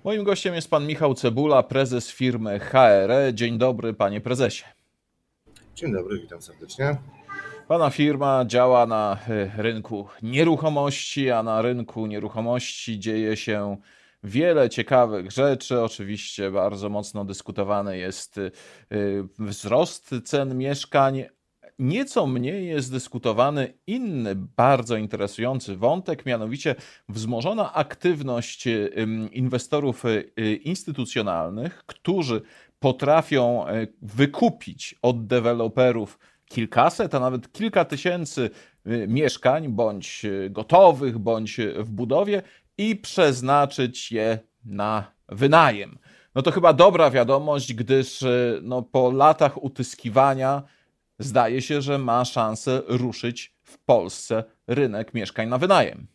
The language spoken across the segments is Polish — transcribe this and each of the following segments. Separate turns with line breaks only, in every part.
Moim gościem jest pan Michał Cebula, prezes firmy HRE. Dzień dobry, panie prezesie.
Dzień dobry, witam serdecznie.
Pana firma działa na rynku nieruchomości, a na rynku nieruchomości dzieje się wiele ciekawych rzeczy. Oczywiście bardzo mocno dyskutowany jest wzrost cen mieszkań. Nieco mniej jest dyskutowany inny bardzo interesujący wątek, mianowicie wzmożona aktywność inwestorów instytucjonalnych, którzy potrafią wykupić od deweloperów kilkaset, a nawet kilka tysięcy mieszkań, bądź gotowych, bądź w budowie i przeznaczyć je na wynajem. No to chyba dobra wiadomość, gdyż po latach utyskiwania zdaje się, że ma szansę ruszyć w Polsce rynek mieszkań na wynajem.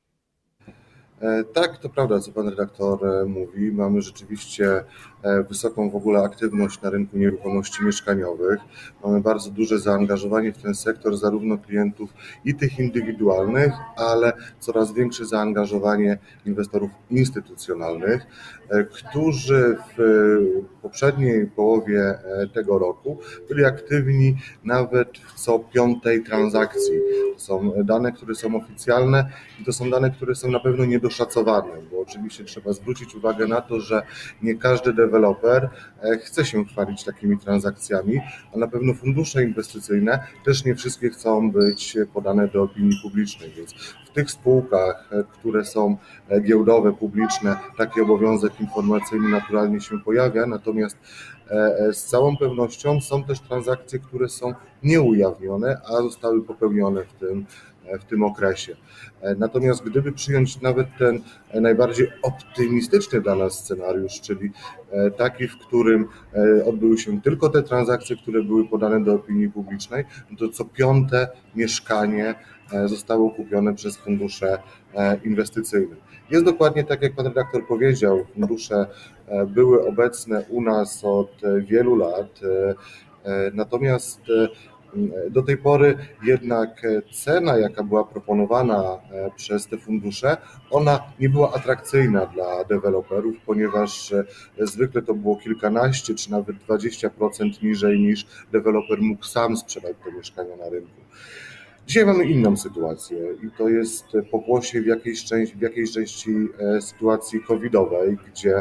Tak, to prawda, co pan redaktor mówi. Mamy rzeczywiście wysoką w ogóle aktywność na rynku nieruchomości mieszkaniowych. Mamy bardzo duże zaangażowanie w ten sektor zarówno klientów i tych indywidualnych, ale coraz większe zaangażowanie inwestorów instytucjonalnych, którzy w poprzedniej połowie tego roku byli aktywni nawet w co piątej transakcji. To są dane, które są oficjalne i to są dane, które są na pewno niedoszacowane, bo oczywiście trzeba zwrócić uwagę na to, że nie każdy deweloper chce się chwalić takimi transakcjami, a na pewno fundusze inwestycyjne też nie wszystkie chcą być podane do opinii publicznej, więc w tych spółkach, które są giełdowe, publiczne, taki obowiązek informacyjny naturalnie się pojawia, natomiast z całą pewnością są też transakcje, które są nieujawnione, a zostały popełnione w tym okresie. Natomiast gdyby przyjąć nawet ten najbardziej optymistyczny dla nas scenariusz, czyli taki, w którym odbyły się tylko te transakcje, które były podane do opinii publicznej, to co piąte mieszkanie zostało kupione przez fundusze inwestycyjne. Jest dokładnie tak, jak pan redaktor powiedział, fundusze były obecne u nas od wielu lat, natomiast do tej pory jednak cena, jaka była proponowana przez te fundusze, ona nie była atrakcyjna dla deweloperów, ponieważ zwykle to było kilkanaście czy nawet 20% niżej niż deweloper mógł sam sprzedać te mieszkania na rynku. Dzisiaj mamy inną sytuację i to jest pokłosie w jakiejś części sytuacji covidowej, gdzie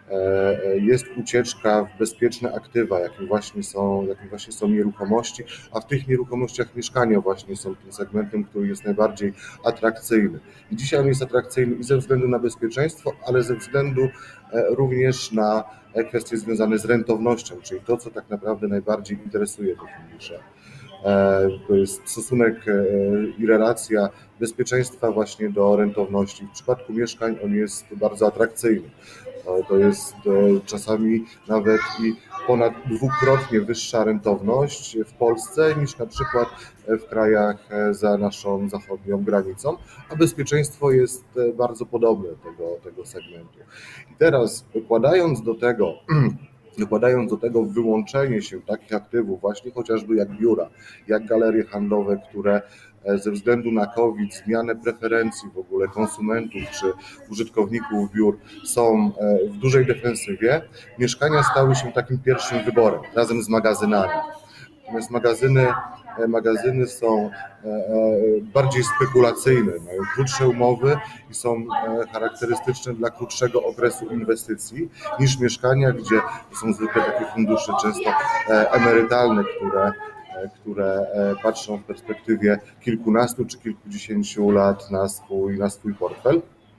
jest ucieczka w bezpieczne aktywa, jakim właśnie są nieruchomości, a w tych nieruchomościach mieszkania właśnie są tym segmentem, który jest najbardziej atrakcyjny. I dzisiaj on jest atrakcyjny i ze względu na bezpieczeństwo, ale ze względu również na kwestie związane z rentownością, czyli to, co tak naprawdę najbardziej interesuje te fundusze. To jest stosunek i relacja bezpieczeństwa właśnie do rentowności. W przypadku mieszkań on jest bardzo atrakcyjny. To jest czasami nawet i ponad dwukrotnie wyższa rentowność w Polsce niż na przykład w krajach za naszą zachodnią granicą, a bezpieczeństwo jest bardzo podobne tego segmentu. I teraz dokładając do tego wyłączenie się takich aktywów właśnie chociażby jak biura, jak galerie handlowe, które ze względu na COVID, zmianę preferencji w ogóle konsumentów czy użytkowników biur są w dużej defensywie, mieszkania stały się takim pierwszym wyborem razem z magazynami. Natomiast magazyny są bardziej spekulacyjne, mają krótsze umowy i są charakterystyczne dla krótszego okresu inwestycji niż mieszkania, gdzie są zwykle takie fundusze często emerytalne, które patrzą w perspektywie kilkunastu czy kilkudziesięciu lat na swój portfel.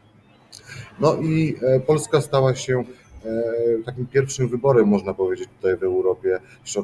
No i Polska stała się takim pierwszym wyborem, można powiedzieć, tutaj w Europie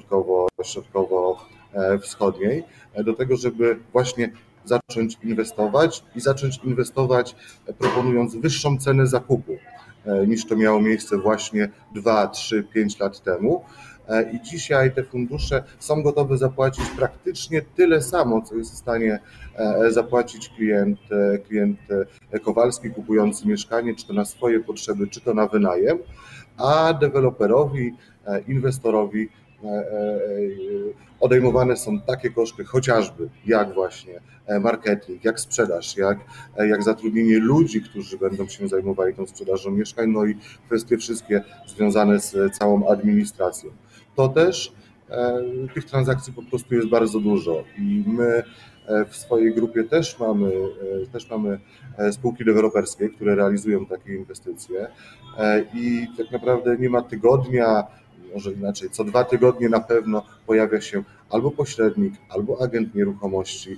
środkowo-wschodniej, do tego, żeby właśnie zacząć inwestować proponując wyższą cenę zakupu niż to miało miejsce właśnie 2, 3, 5 lat temu. I dzisiaj te fundusze są gotowe zapłacić praktycznie tyle samo, co jest w stanie zapłacić klient Kowalski kupujący mieszkanie, czy to na swoje potrzeby, czy to na wynajem, a deweloperowi, inwestorowi odejmowane są takie koszty, chociażby jak właśnie marketing, jak sprzedaż, jak zatrudnienie ludzi, którzy będą się zajmowali tą sprzedażą mieszkań, no i kwestie wszystkie związane z całą administracją. To też tych transakcji po prostu jest bardzo dużo i my w swojej grupie też mamy spółki deweloperskie, które realizują takie inwestycje i tak naprawdę nie ma tygodnia, może inaczej, co 2 tygodnie na pewno pojawia się albo pośrednik, albo agent nieruchomości,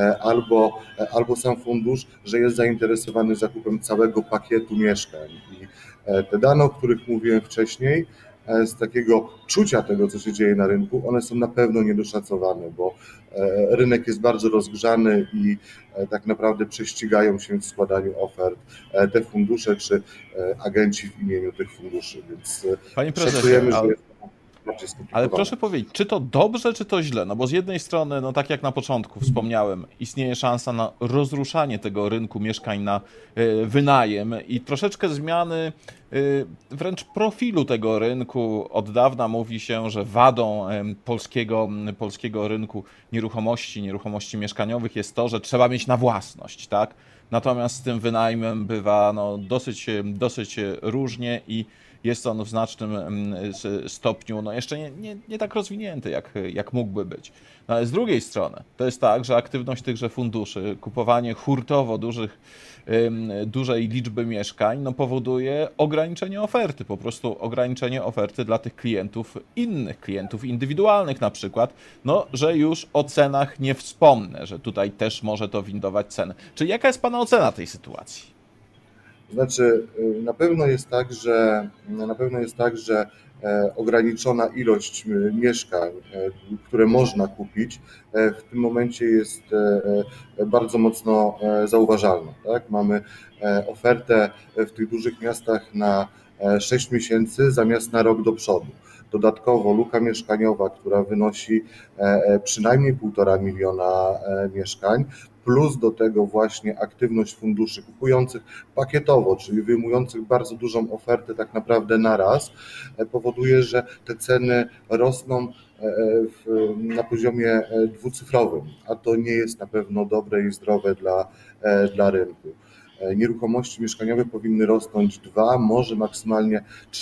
albo sam fundusz, że jest zainteresowany zakupem całego pakietu mieszkań. I te dane, o których mówiłem wcześniej, z takiego czucia tego, co się dzieje na rynku, one są na pewno niedoszacowane, bo rynek jest bardzo rozgrzany i tak naprawdę prześcigają się w składaniu ofert te fundusze czy agenci w imieniu tych funduszy, więc
Panie prezesie,
szacujemy, że jest to bardziej skomplikowane.
ale proszę powiedzieć, czy to dobrze, czy to źle? No bo z jednej strony, no tak jak na początku wspomniałem, istnieje szansa na rozruszanie tego rynku mieszkań na wynajem i troszeczkę zmiany wręcz profilu tego rynku. Od dawna mówi się, że wadą polskiego rynku nieruchomości mieszkaniowych jest to, że trzeba mieć na własność, tak? Natomiast z tym wynajmem bywa no, dosyć różnie i jest on w znacznym stopniu no jeszcze nie tak rozwinięty, jak mógłby być. No ale z drugiej strony to jest tak, że aktywność tychże funduszy, kupowanie hurtowo dużej liczby mieszkań no powoduje ograniczenie oferty, po prostu ograniczenie oferty dla tych klientów, innych klientów indywidualnych na przykład, no że już o cenach nie wspomnę, że tutaj też może to windować ceny. Czyli jaka jest Pana ocena tej sytuacji?
Znaczy, na pewno jest tak, że ograniczona ilość mieszkań, które można kupić, w tym momencie jest bardzo mocno zauważalna. Tak? Mamy ofertę w tych dużych miastach na 6 miesięcy zamiast na rok do przodu. Dodatkowo luka mieszkaniowa, która wynosi przynajmniej 1,5 miliona mieszkań, plus do tego właśnie aktywność funduszy kupujących pakietowo, czyli wyjmujących bardzo dużą ofertę tak naprawdę naraz, powoduje, że te ceny rosną na poziomie dwucyfrowym, a to nie jest na pewno dobre i zdrowe dla rynku. Nieruchomości mieszkaniowe powinny rosnąć 2, może maksymalnie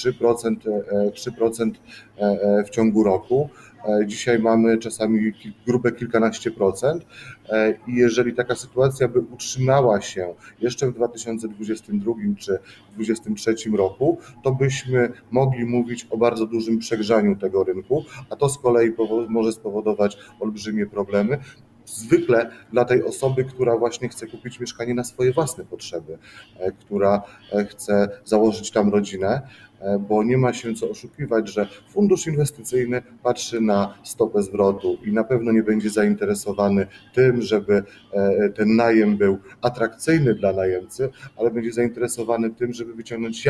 3% w ciągu roku. Dzisiaj mamy czasami grupę kilkanaście procent i jeżeli taka sytuacja by utrzymała się jeszcze w 2022 czy 2023 roku, to byśmy mogli mówić o bardzo dużym przegrzaniu tego rynku, a to z kolei może spowodować olbrzymie problemy. Zwykle dla tej osoby, która właśnie chce kupić mieszkanie na swoje własne potrzeby, która chce założyć tam rodzinę, bo nie ma się co oszukiwać, że fundusz inwestycyjny patrzy na stopę zwrotu i na pewno nie będzie zainteresowany tym, żeby ten najem był atrakcyjny dla najemcy, ale będzie zainteresowany tym, żeby wyciągnąć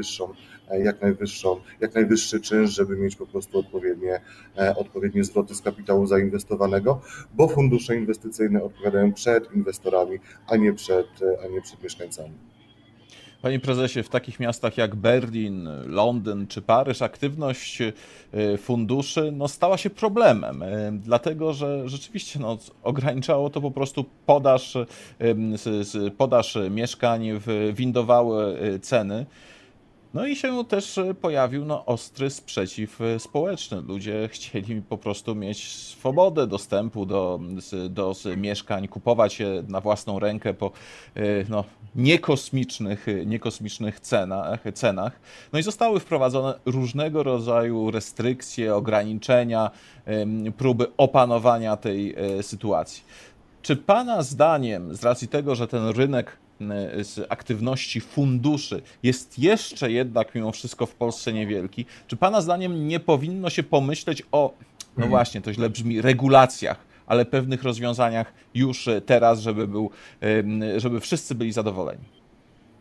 jak najwyższy czynsz, żeby mieć po prostu odpowiednie zwroty z kapitału zainwestowanego, bo fundusze inwestycyjne odpowiadają przed inwestorami, a nie przed mieszkańcami.
Panie prezesie, w takich miastach jak Berlin, Londyn czy Paryż aktywność funduszy no, stała się problemem, dlatego że rzeczywiście no, ograniczało to po prostu podaż mieszkań, windowały ceny. No i się też pojawił no, ostry sprzeciw społeczny. Ludzie chcieli po prostu mieć swobodę dostępu do mieszkań, kupować je na własną rękę po no, niekosmicznych cenach. No i zostały wprowadzone różnego rodzaju restrykcje, ograniczenia, próby opanowania tej sytuacji. Czy Pana zdaniem, z racji tego, że ten rynek z aktywności funduszy jest jeszcze jednak mimo wszystko w Polsce niewielki, czy Pana zdaniem nie powinno się pomyśleć o, no właśnie, to źle brzmi, regulacjach, ale pewnych rozwiązaniach już teraz, żeby wszyscy byli zadowoleni?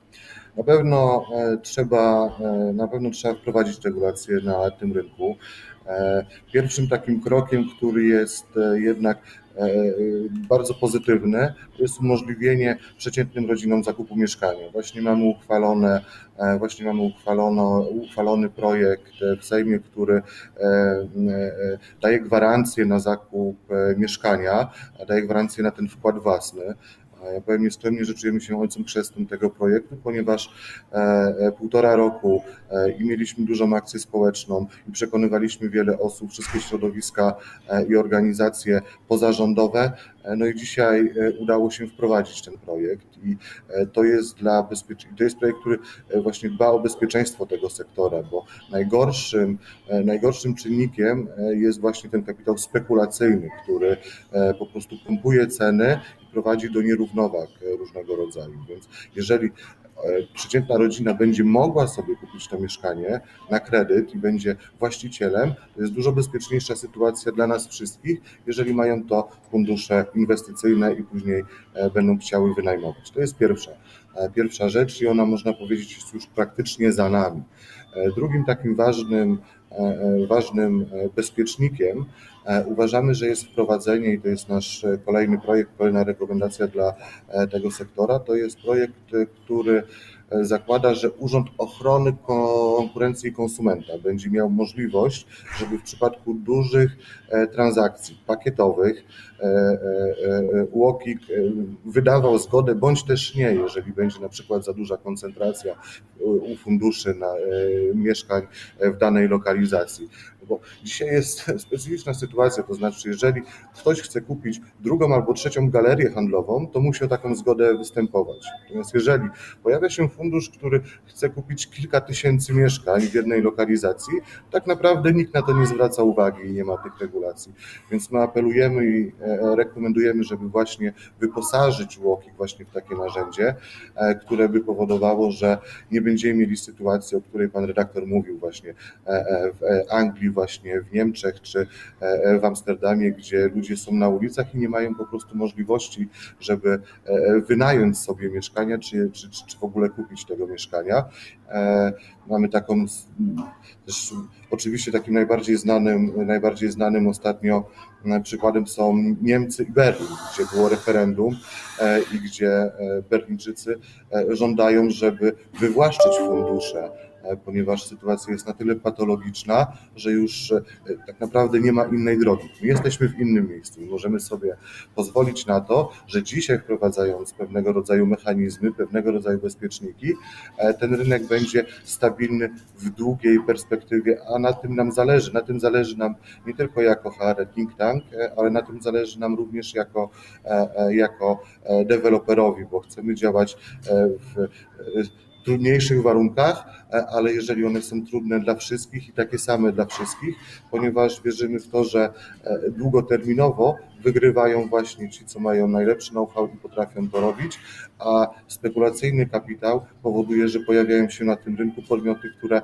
Na pewno trzeba wprowadzić regulacje na tym rynku. Pierwszym takim krokiem, który jest jednak bardzo pozytywny, to jest umożliwienie przeciętnym rodzinom zakupu mieszkania. Właśnie mamy uchwalony projekt w Sejmie, który daje gwarancję na zakup mieszkania, daje gwarancję na ten wkład własny. Ja powiem nieskromnie, że czujemy się ojcem chrzestnym tego projektu, ponieważ 1,5 roku i mieliśmy dużą akcję społeczną i przekonywaliśmy wiele osób, wszystkie środowiska i organizacje pozarządowe. No i dzisiaj udało się wprowadzić ten projekt i to jest projekt, który właśnie dba o bezpieczeństwo tego sektora, bo najgorszym czynnikiem jest właśnie ten kapitał spekulacyjny, który po prostu pompuje ceny i prowadzi do nierównowag różnego rodzaju. Więc jeżeli przeciętna rodzina będzie mogła sobie kupić to mieszkanie na kredyt i będzie właścicielem, to jest dużo bezpieczniejsza sytuacja dla nas wszystkich, jeżeli mają to fundusze inwestycyjne i później będą chciały wynajmować. To jest pierwsza rzecz i ona, można powiedzieć, jest już praktycznie za nami. Drugim takim ważnym bezpiecznikiem uważamy, że jest wprowadzenie, i to jest nasz kolejny projekt, kolejna rekomendacja dla tego sektora, to jest projekt, który zakłada, że Urząd Ochrony Konkurencji i Konsumenta będzie miał możliwość, żeby w przypadku dużych transakcji pakietowych UOKiK wydawał zgodę, bądź też nie, jeżeli będzie na przykład za duża koncentracja u funduszy mieszkań w danej lokalizacji. Bo dzisiaj jest specyficzna sytuacja, to znaczy, jeżeli ktoś chce kupić drugą albo trzecią galerię handlową, to musi o taką zgodę występować. Natomiast jeżeli pojawia się fundusz, który chce kupić kilka tysięcy mieszkań w jednej lokalizacji, tak naprawdę nikt na to nie zwraca uwagi i nie ma tych regulacji. Więc my apelujemy i rekomendujemy, żeby właśnie wyposażyć UOKiK właśnie w takie narzędzie, które by powodowało, że nie będziemy mieli sytuacji, o której pan redaktor mówił właśnie w Anglii, właśnie w Niemczech czy w Amsterdamie, gdzie ludzie są na ulicach i nie mają po prostu możliwości, żeby wynająć sobie mieszkania, czy w ogóle kupić tego mieszkania. Mamy taką, też oczywiście takim najbardziej znanym ostatnio przykładem są Niemcy i Berlin, gdzie było referendum i gdzie Berlińczycy żądają, żeby wywłaszczyć fundusze, ponieważ sytuacja jest na tyle patologiczna, że już tak naprawdę nie ma innej drogi. My jesteśmy w innym miejscu i możemy sobie pozwolić na to, że dzisiaj, wprowadzając pewnego rodzaju mechanizmy, pewnego rodzaju bezpieczniki, ten rynek będzie stabilny w długiej perspektywie, a na tym nam zależy. Na tym zależy nam nie tylko jako HR Think Tank, ale na tym zależy nam również jako deweloperowi, bo chcemy działać w trudniejszych warunkach, ale jeżeli one są trudne dla wszystkich i takie same dla wszystkich, ponieważ wierzymy w to, że długoterminowo wygrywają właśnie ci, co mają najlepszy know-how i potrafią to robić, a spekulacyjny kapitał powoduje, że pojawiają się na tym rynku podmioty, które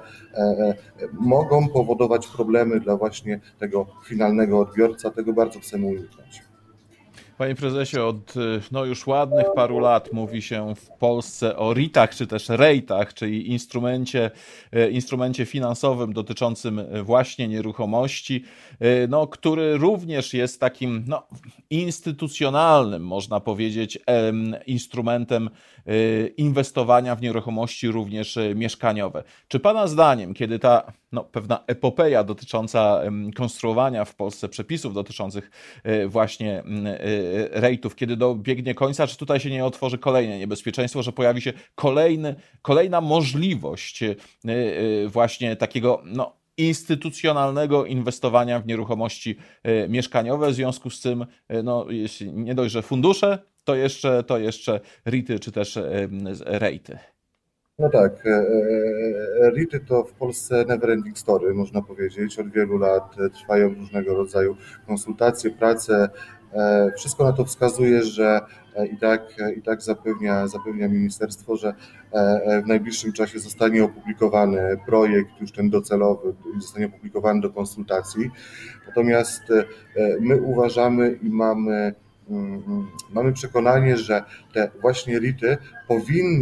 mogą powodować problemy dla właśnie tego finalnego odbiorca. Tego bardzo chcemy uniknąć.
Panie prezesie, od już ładnych paru lat mówi się w Polsce o REIT-ach, czy też REIT-ach, czyli instrumencie finansowym dotyczącym właśnie nieruchomości, który również jest takim instytucjonalnym, można powiedzieć, instrumentem inwestowania w nieruchomości również mieszkaniowe. Czy Pana zdaniem, kiedy ta pewna epopeja dotycząca konstruowania w Polsce przepisów dotyczących właśnie REIT-ów, kiedy dobiegnie końca, czy tutaj się nie otworzy kolejne niebezpieczeństwo, że pojawi się kolejna możliwość właśnie takiego instytucjonalnego inwestowania w nieruchomości mieszkaniowe, w związku z tym jeśli nie dość, że fundusze, to jeszcze REIT-y czy też REIT-y.
No tak, REIT-y to w Polsce never ending story, można powiedzieć. Od wielu lat trwają różnego rodzaju konsultacje, prace. Wszystko na to wskazuje, że i tak zapewnia ministerstwo, że w najbliższym czasie zostanie opublikowany projekt, już ten docelowy, zostanie opublikowany do konsultacji. Natomiast my uważamy i mamy przekonanie, że te właśnie REIT-y powinny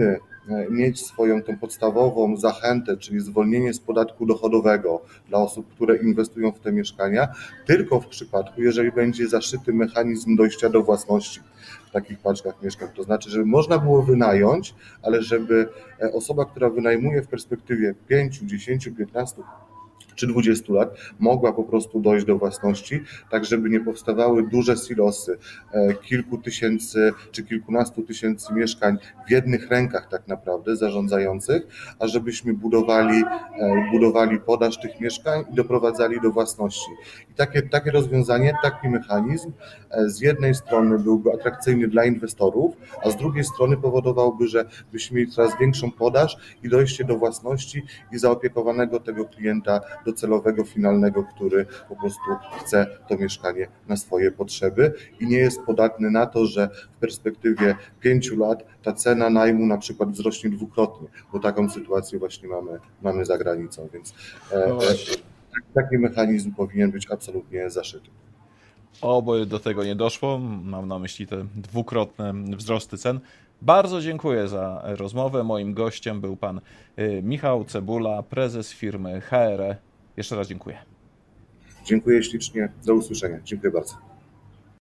mieć swoją tą podstawową zachętę, czyli zwolnienie z podatku dochodowego dla osób, które inwestują w te mieszkania, tylko w przypadku, jeżeli będzie zaszyty mechanizm dojścia do własności w takich paczkach mieszkań. To znaczy, żeby można było wynająć, ale żeby osoba, która wynajmuje w perspektywie 5, 10, 15 czy 20 lat mogła po prostu dojść do własności, tak żeby nie powstawały duże silosy, kilku tysięcy czy kilkunastu tysięcy mieszkań w jednych rękach tak naprawdę zarządzających, a żebyśmy budowali podaż tych mieszkań i doprowadzali do własności. I takie rozwiązanie, taki mechanizm z jednej strony byłby atrakcyjny dla inwestorów, a z drugiej strony powodowałby, że byśmy mieli coraz większą podaż i dojście do własności i zaopiekowanego tego klienta docelowego, finalnego, który po prostu chce to mieszkanie na swoje potrzeby i nie jest podatny na to, że w perspektywie 5 lat ta cena najmu na przykład wzrośnie dwukrotnie, bo taką sytuację właśnie mamy za granicą, więc taki mechanizm powinien być absolutnie zaszyty.
Oby do tego nie doszło. Mam na myśli te dwukrotne wzrosty cen. Bardzo dziękuję za rozmowę. Moim gościem był pan Michał Cebula, prezes firmy HRE. Jeszcze raz dziękuję.
Dziękuję ślicznie. Do usłyszenia. Dziękuję bardzo.